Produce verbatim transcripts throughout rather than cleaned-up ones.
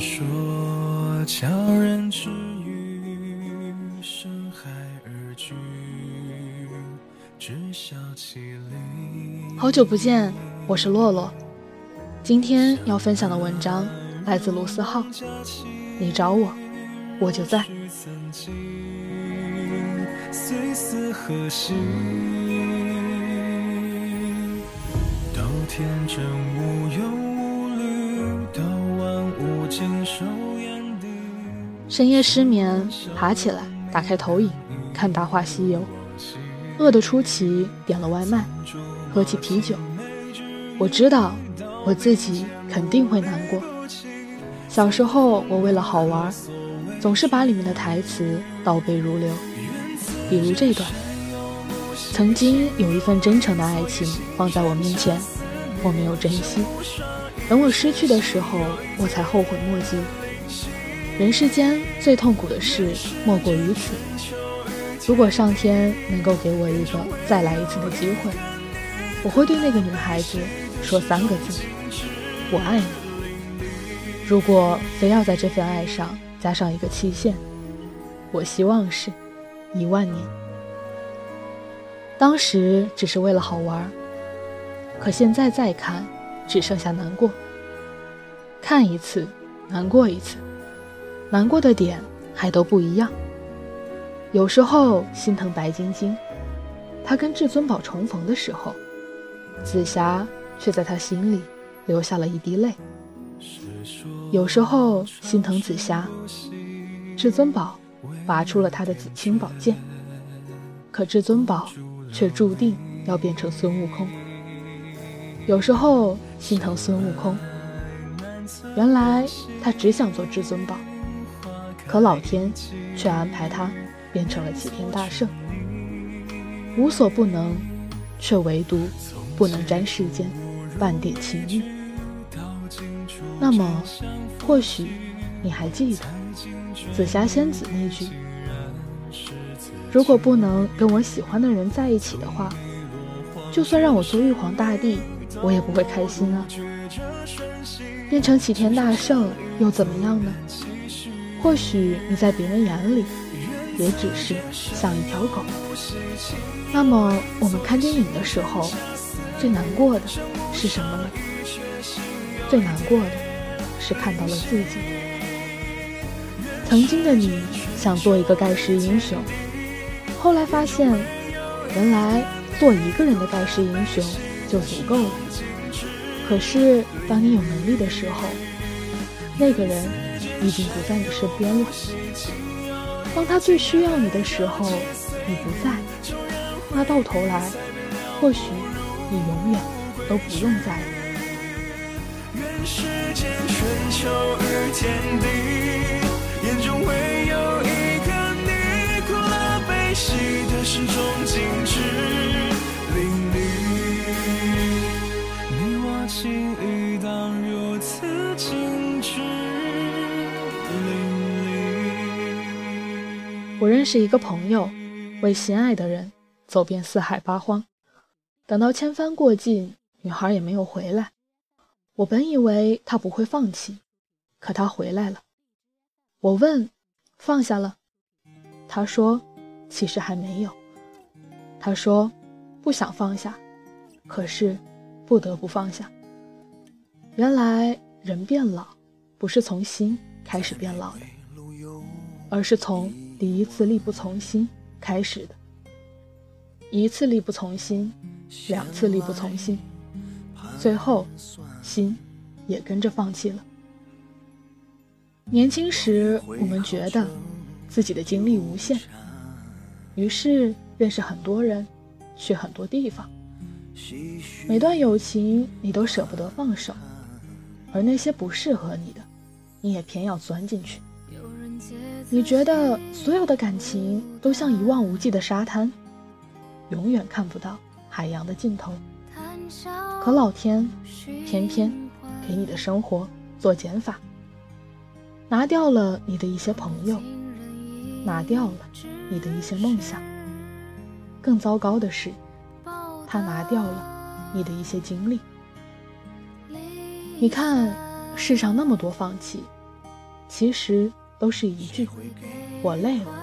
说叫人止于深海而居，知晓其灵。 好久不见，我是洛洛。今天要分享的文章来自卢思浩，你找我，我就在。 虽似何夕，到天真无忧无虑，到万物尽收眼底。 深夜失眠，爬起来打开投影，看《大话西游》，饿得出奇，点了外卖，喝起啤酒。我知道我自己肯定会难过。小时候我为了好玩，总是把里面的台词倒背如流。比如这段：曾经有一份真诚的爱情放在我面前，我没有珍惜，等我失去的时候，我才后悔莫及。人世间最痛苦的事莫过于此。如果上天能够给我一个再来一次的机会，我会对那个女孩子说三个字：我爱你。如果非要在这份爱上加上一个期限，我希望是一万年。当时只是为了好玩，可现在再看，只剩下难过。看一次，难过一次，难过的点还都不一样。有时候心疼白晶晶，她跟至尊宝重逢的时候，紫霞却在她心里流下了一滴泪。有时候心疼紫霞，至尊宝拔出了他的紫青宝剑，可至尊宝却注定要变成孙悟空。有时候心疼孙悟空，原来他只想做至尊宝，可老天却安排他变成了齐天大圣。无所不能，却唯独不能沾世间半点情欲。那么或许你还记得紫霞仙子那句：如果不能跟我喜欢的人在一起的话，就算让我做玉皇大帝，我也不会开心啊。变成齐天大圣又怎么样呢？或许你在别人眼里也只是像一条狗。那么我们看电影的时候，最难过的是什么呢？最难过的是看到了自己。曾经的你想做一个盖世英雄，后来发现原来做一个人的盖世英雄就足够了。可是当你有能力的时候，那个人已经不在你身边了。当他最需要你的时候，你不在，那到头来或许你永远都不用在了。 愿世间春秋与天地，眼中唯有一个你，苦乐悲喜的始终静止淋漓。你我情谊当如此静止淋漓。 我认识一个朋友，为心爱的人走遍四海八荒，等到千帆过尽，女孩也没有回来。我本以为他不会放弃，可他回来了。我问：放下了？他说：其实还没有。他说：不想放下，可是不得不放下。原来人变老不是从心开始变老的，而是从第一次力不从心开始的。一次力不从心，两次力不从心，最后心也跟着放弃了。年轻时我们觉得自己的精力无限，于是认识很多人，去很多地方。每段友情你都舍不得放手，而那些不适合你的，你也偏要钻进去。你觉得所有的感情都像一望无际的沙滩，永远看不到海洋的尽头。可老天偏偏给你的生活做减法，拿掉了你的一些朋友，拿掉了你的一些梦想。更糟糕的是，他拿掉了你的一些经历。你看，世上那么多放弃， 其实都是一句我累了。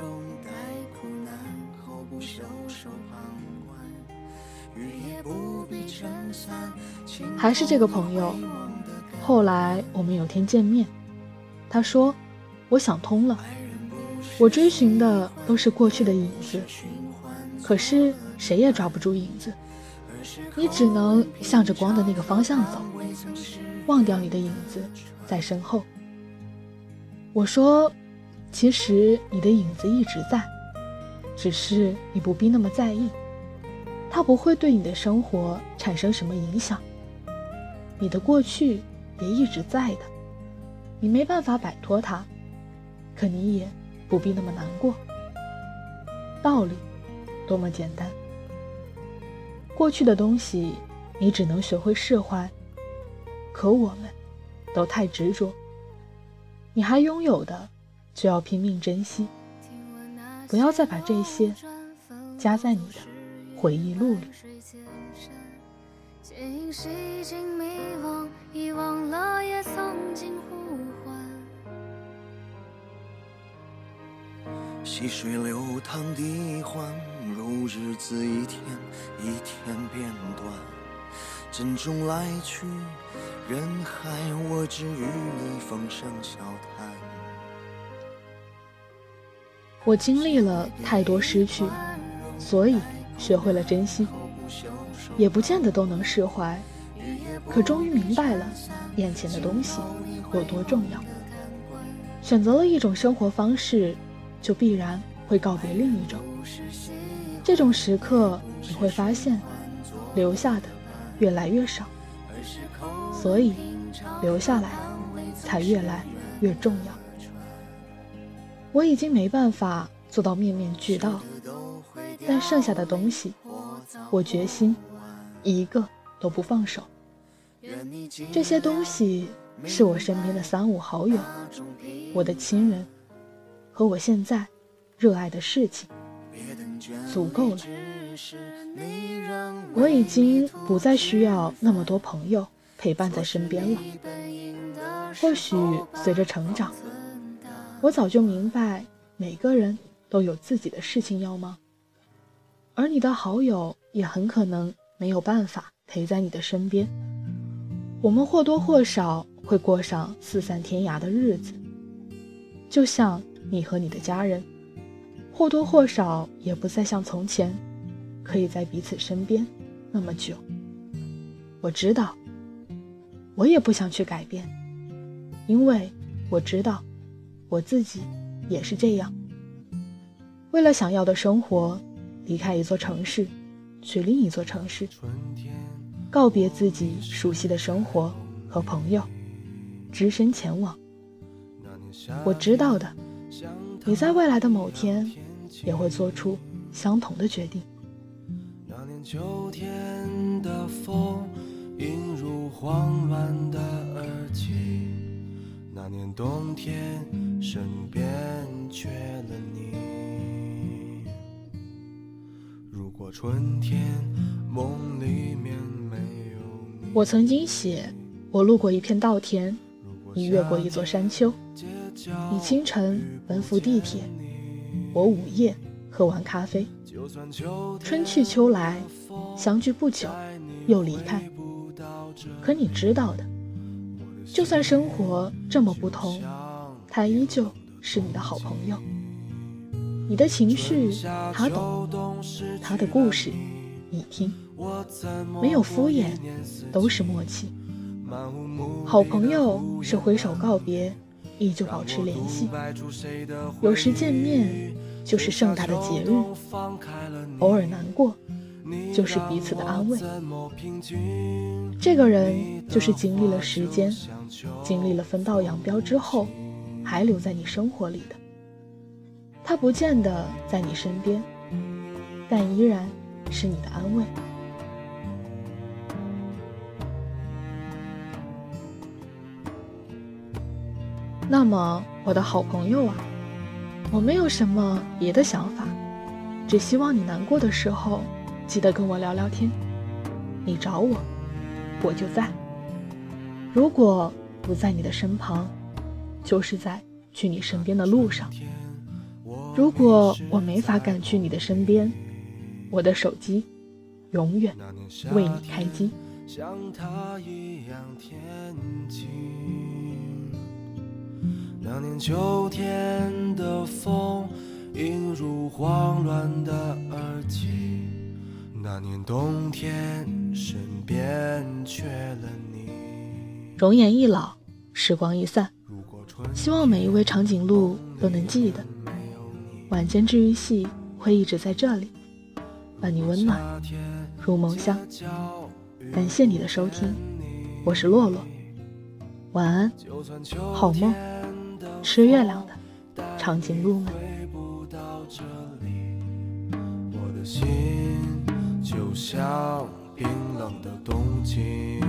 还是这个朋友，后来我们有天见面，他说我想通了，我追寻的都是过去的影子，可是谁也抓不住影子，你只能向着光的那个方向走，忘掉你的影子在身后。我说其实你的影子一直在，只是你不必那么在意，它不会对你的生活产生什么影响。你的过去也一直在的，你没办法摆脱它，可你也不必那么难过。道理多么简单，过去的东西你只能学会释怀，可我们都太执着，你还拥有的就要拼命珍惜，不要再把这些加在你的回忆录里。 剪影洗尽迷惘，遗忘了也曾经呼唤。 细水流淌的欢，如日子一天一天变短，珍重来去人海，我只与你风声笑谈。 我经历了太多失去，所以学会了珍惜，也不见得都能释怀，可终于明白了眼前的东西有多重要。选择了一种生活方式，就必然会告别另一种。这种时刻你会发现留下的越来越少，所以留下来才越来越重要。我已经没办法做到面面俱到，但剩下的东西我决心一个都不放手。这些东西是我身边的三五好友，我的亲人，和我现在热爱的事情，足够了。我已经不再需要那么多朋友陪伴在身边了。或许随着成长，我早就明白每个人都有自己的事情要忙，而你的好友也很可能没有办法陪在你的身边。我们或多或少会过上四散天涯的日子，就像你和你的家人，或多或少也不再像从前可以在彼此身边那么久。我知道，我也不想去改变，因为我知道我自己也是这样。为了想要的生活，离开一座城市，去另一座城市，告别自己熟悉的生活和朋友，只身前往。我知道的，你在未来的某天也会做出相同的决定。 那年秋天的风映入慌乱的耳际，那年冬天身边缺了你。如果春天梦里面没有你， 我曾经写，我路过一片稻田，你越过一座山丘，你清晨奔赴地铁，我午夜喝完咖啡，春去秋来，相聚不久又离开。可你知道的，就算生活这么不同，他依旧是你的好朋友。你的情绪他懂，他的故事你听，没有敷衍，都是默契。好朋友是挥手告别，依旧保持联系，有时见面就是盛大的节日，偶尔难过就是彼此的安慰。这个人就是经历了时间，经历了分道扬镳之后还留在你生活里的。他不见得在你身边，但依然是你的安慰。那么我的好朋友啊，我没有什么别的想法，只希望你难过的时候记得跟我聊聊天，你找我我就在，如果不在你的身旁， 就是在去你身边的路上。如果我没法赶去你的身边，我的手机永远为你开机。 像他一样天晴，那年秋天的风映入慌乱的耳际，那年冬天身边缺了你。 容颜易老，时光易散，希望每一位长颈鹿都能记得，晚间治愈系会一直在这里，伴你温暖入梦乡。感谢你的收听，我是洛洛，晚安，好梦，吃月亮的长颈鹿们。 我的心就像冰冷的冬季，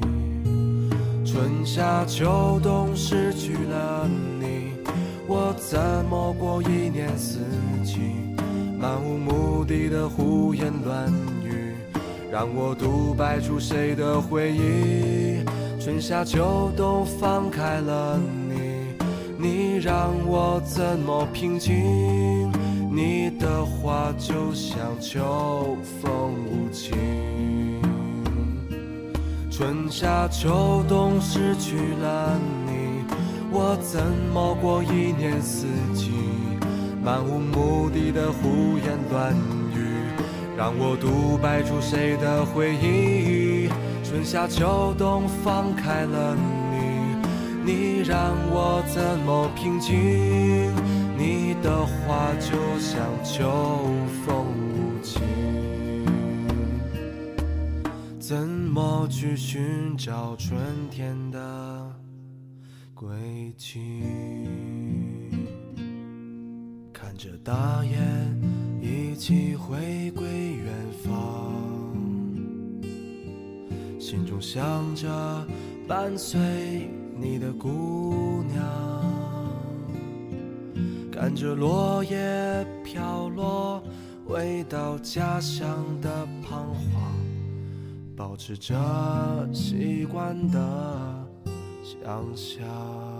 春夏秋冬失去了你，我怎么过一年四季？漫无目的的胡言乱语，让我独白出谁的回忆？春夏秋冬放开了你，你让我怎么平静？你的话就像秋风无情，春夏秋冬失去了你，我怎么过一年四季？漫无目的的胡言乱语，让我独白出谁的回忆？春夏秋冬放开了你，你让我怎么平静？你的话就像秋风无情，怎么去寻找春天的轨迹？看着大雁一起回归远方，心中想着伴随你的姑娘，看着落叶飘落，回到家乡的彷徨，保持着习惯的想象。